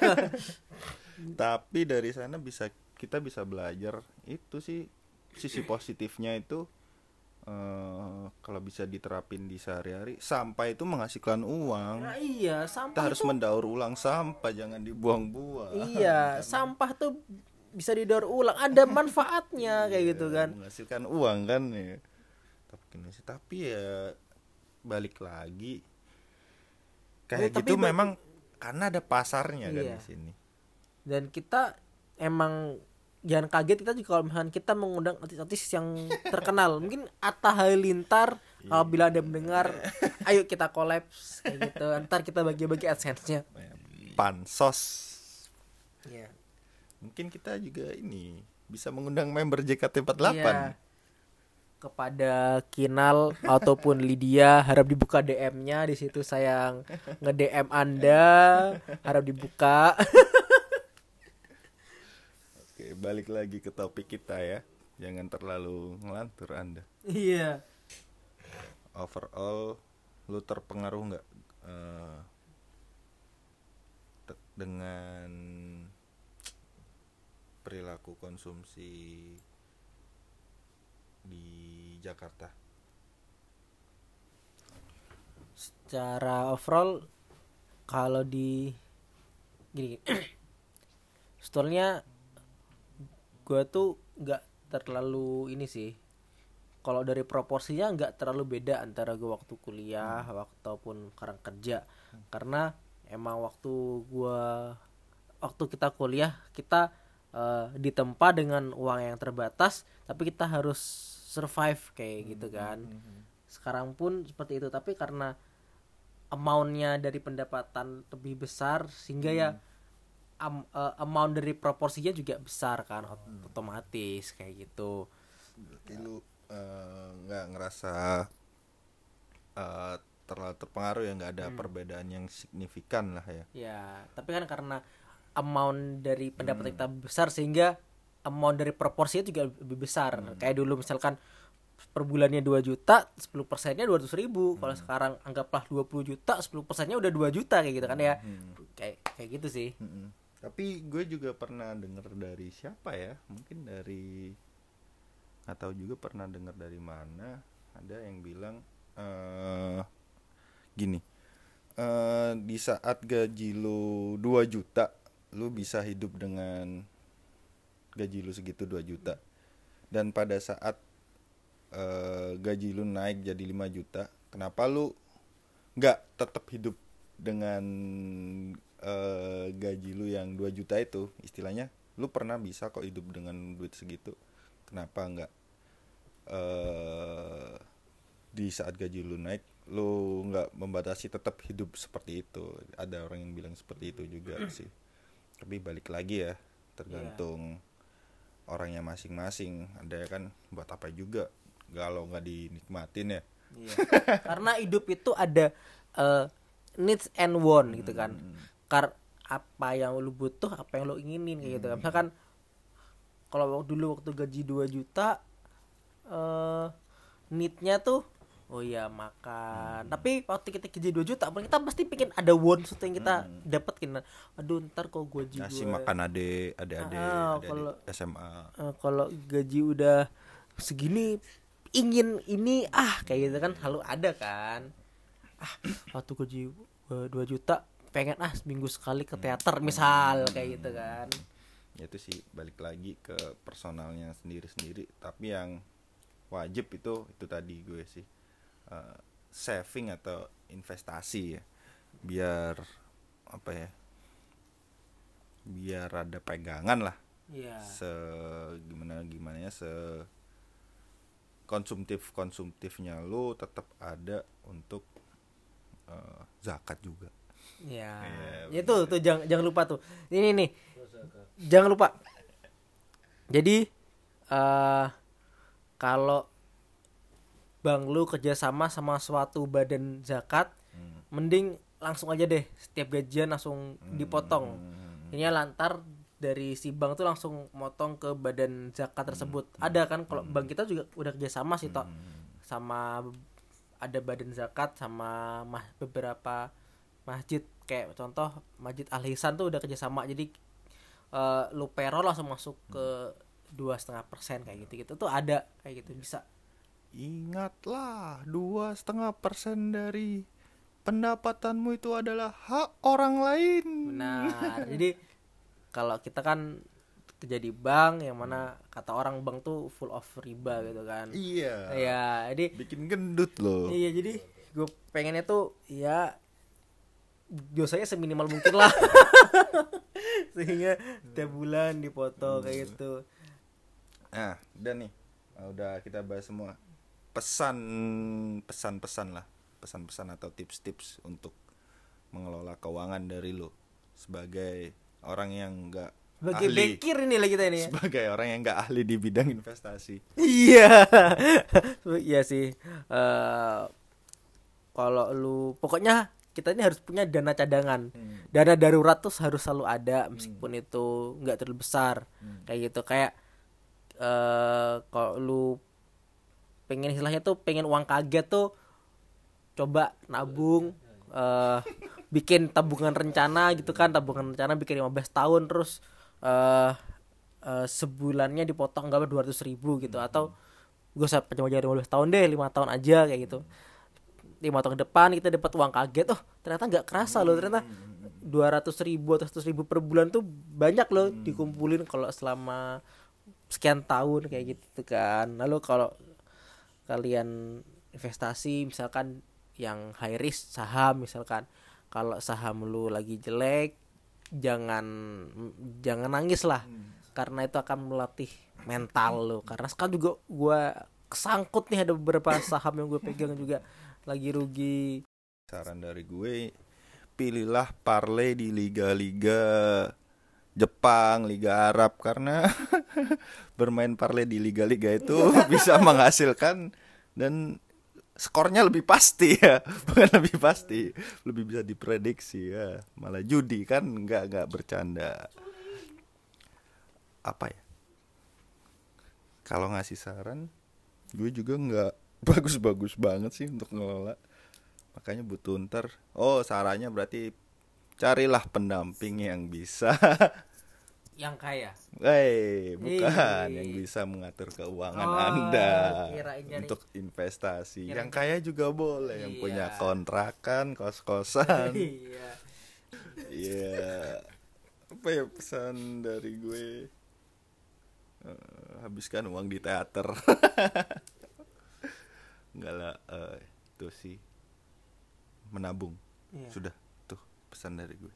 Tapi dari sana kita bisa belajar itu sih, sisi positifnya itu kalau bisa diterapin di sehari-hari. Sampah itu menghasilkan uang. Nah, iya, sampah kita harus itu mendaur ulang sampah, jangan dibuang-buang. Iya, sampah tuh bisa didaur ulang, ada manfaatnya kayak gitu kan. Menghasilkan uang kan ya. Tapi ya balik lagi kayak gitu memang karena ada pasarnya kan di sini. Dan kita emang jangan kaget, kita juga kalau misalkan kita mengundang artis-artis yang terkenal, mungkin Atta Halilintar, kalau bila ada mendengar, ayo kita collabs kayak gitu. Ntar kita bagi-bagi AdSense-nya. Pansos. Iya. Mungkin kita juga ini bisa mengundang member JKT48. Iya. Kepada Kinal ataupun Lydia, harap dibuka DM-nya, di situ saya nge-DM Anda, harap dibuka. Oke, balik lagi ke topik kita ya. Jangan terlalu ngelantur Anda. Iya. Overall, lu terpengaruh nggak dengan perilaku konsumsi di Jakarta? Secara overall, kalau di gini, sebetulnya gue tuh nggak terlalu ini sih. Kalau dari proporsinya nggak terlalu beda antara gue waktu kuliah, ataupun sekarang kerja. Karena emang waktu kita kuliah, kita ditempa dengan uang yang terbatas, tapi kita harus survive kayak gitu kan. Sekarang pun seperti itu, tapi karena amount-nya dari pendapatan lebih besar, sehingga ya amount dari proporsinya juga besar kan, otomatis kayak gitu. Berarti lu nggak ngerasa terlalu terpengaruh ya, nggak ada perbedaan yang signifikan lah ya. Ya, tapi kan karena amount dari pendapatan kita besar, sehingga amount dari proporsinya juga lebih besar. Kayak dulu misalkan per bulannya 2 juta, 10%-nya 200.000. Kalau sekarang anggaplah 20 juta, 10%-nya udah 2 juta kayak gitu kan ya. Kayak gitu sih. Tapi gue juga pernah dengar dari siapa ya? Mungkin dari, atau juga pernah dengar dari mana, ada yang bilang gini, di saat gaji lu 2 juta, lu bisa hidup dengan gaji lu segitu 2 juta. Dan pada saat gaji lu naik jadi 5 juta, kenapa lu gak tetap hidup dengan gaji lu yang 2 juta itu? Istilahnya lu pernah bisa kok hidup dengan duit segitu. Kenapa gak di saat gaji lu naik, lu gak membatasi tetap hidup seperti itu? Ada orang yang bilang seperti itu juga sih. Tapi balik lagi ya, tergantung orangnya masing-masing. Ada kan buat apa juga kalau nggak dinikmatin ya. Iya. Karena hidup itu ada needs and want gitu kan. Apa yang lu butuh, apa yang lu inginin kayak gitu kan. Misalkan kalau dulu waktu gaji 2 juta, need-nya tuh makan. Tapi waktu kita gaji 2 juta, kita pasti pikir ada want sesuatu yang kita dapetin. Aduh, ntar kok gaji ngasih makan adik SMA. Kalau gaji udah segini, ingin ini kayak gitu kan, selalu ada kan. Waktu gaji 2 juta pengen seminggu sekali ke teater misal kayak gitu kan. itu sih balik lagi ke personalnya sendiri-sendiri. Tapi yang wajib itu tadi gue sih saving atau investasi ya, biar apa ya, biar ada pegangan lah. Iya. Gimana ya, konsumtifnya lu tetap ada untuk zakat juga. Ya, Ya, itu tuh jangan lupa tuh. Ini nih, jangan lupa. Jadi kalau bang lu kerjasama sama suatu badan zakat, mending langsung aja deh setiap gajian langsung dipotong. Ini lantar dari si bank tuh langsung motong ke badan zakat tersebut. Ada kan kalau bank kita juga udah kerjasama sih toh, sama ada badan zakat sama beberapa masjid, kayak contoh Masjid Al Ihsan tuh udah kerjasama. Jadi lu payroll langsung masuk ke 2,5% kayak gitu tuh ada kayak gitu, bisa. Ingatlah, 2,5% dari pendapatanmu itu adalah hak orang lain. Benar. Jadi kalau kita kan kerja di bank yang mana kata orang bank tuh full of riba gitu kan. Iya. Ya, jadi bikin gendut loh. Iya, jadi gue pengennya tuh ya dosanya seminimal mungkin lah. Sehingga tiap bulan dipotong kayak gitu. Nah, dan nih udah kita bahas semua pesan-pesan lah, pesan-pesan atau tips-tips untuk mengelola keuangan dari lo sebagai orang yang nggak sebagai ahli, bekir ini lah kita ini ya. Sebagai orang yang nggak ahli di bidang investasi. Iya. Iya sih. Kalau lu pokoknya kita ini harus punya dana cadangan. Dana darurat tuh harus selalu ada meskipun itu nggak terlalu besar. Kayak gitu, kayak kalau lu pengen istilahnya tuh pengen uang kaget tuh, coba nabung, bikin tabungan rencana gitu kan, tabungan rencana bikin 15 tahun terus sebulannya dipotong enggak 200.000 gitu, atau gue usah panjang 15 tahun deh, 5 tahun aja kayak gitu. 5 tahun ke depan kita dapat uang kaget, ternyata nggak kerasa loh, ternyata 200.000 atau 100.000 per bulan tuh banyak loh dikumpulin kalau selama sekian tahun kayak gitu kan. Lalu kalau kalian investasi misalkan yang high risk saham misalkan, kalau saham lu lagi jelek jangan nangis lah, karena itu akan melatih mental lu. Karena sekarang juga gue kesangkut nih, ada beberapa saham yang gue pegang juga lagi rugi. Saran dari gue, pilihlah parlay di liga-liga Jepang, Liga Arab, karena bermain parlay di liga-liga itu bisa menghasilkan dan skornya lebih pasti ya, bukan lebih pasti, lebih bisa diprediksi ya. Malah judi kan nggak bercanda. Apa ya? Kalau ngasih saran, gue juga nggak bagus-bagus banget sih untuk ngelola. Makanya butuh ntar. Sarannya berarti carilah pendamping yang bisa. Yang kaya. Bukan yang bisa mengatur keuangan Anda untuk investasi. Yang kaya juga boleh, yang punya kontrakan, kos-kosan. Iya. Apa ya pesan dari gue? Habiskan uang di teater. Enggak lah, itu sih menabung. Sudah tuh pesan dari gue.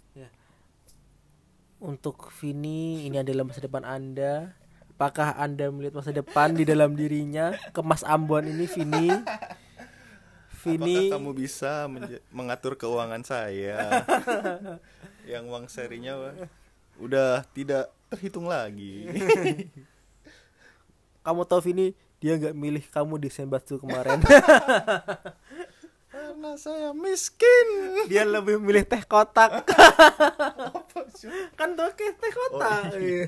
Untuk Vini, ini adalah masa depan Anda. Apakah Anda melihat masa depan di dalam dirinya? Ke Mas Ambon ini, Vini. Apakah kamu bisa mengatur keuangan saya? Yang uang serinya udah tidak terhitung lagi. Kamu tahu Vini, dia gak milih kamu di Senbatsu kemarin. Karena saya miskin. Dia lebih milih teh kotak. Kan tuh teh kotak.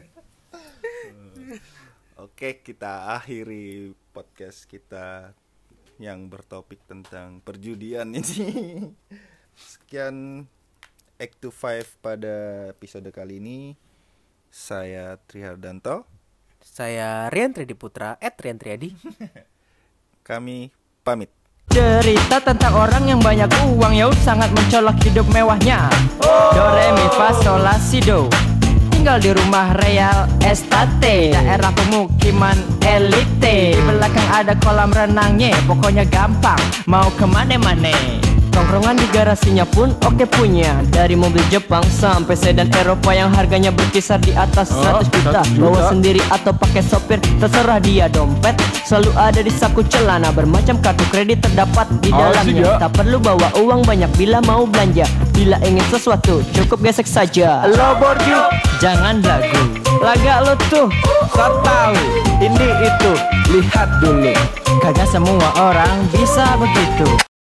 Oke, kita akhiri podcast kita yang bertopik tentang perjudian ini. Sekian Act to 5 pada episode kali ini. Saya Trihardanto. Saya Rian Triadi Putra @Rian Triadi. Kami pamit. Cerita tentang orang yang banyak uang, sangat mencolok hidup mewahnya. Do re mi fa sol la si do. tinggal di rumah Real Estate, daerah pemukiman elite. Di belakang ada kolam renangnya, pokoknya gampang mau kemana-mana. Tongkrongan di garasinya pun oke punya, dari mobil Jepang sampai sedan Eropa yang harganya berkisar di atas 100 juta. Bawa sendiri atau pakai sopir, terserah dia. Dompet selalu ada di saku celana, bermacam kartu kredit terdapat di dalamnya. Tak perlu bawa uang banyak bila mau belanja, bila ingin sesuatu cukup gesek saja. Lo borju, Jangan lagu, laga lo tuh so tahu ini itu, lihat dulu. kagak semua orang bisa begitu.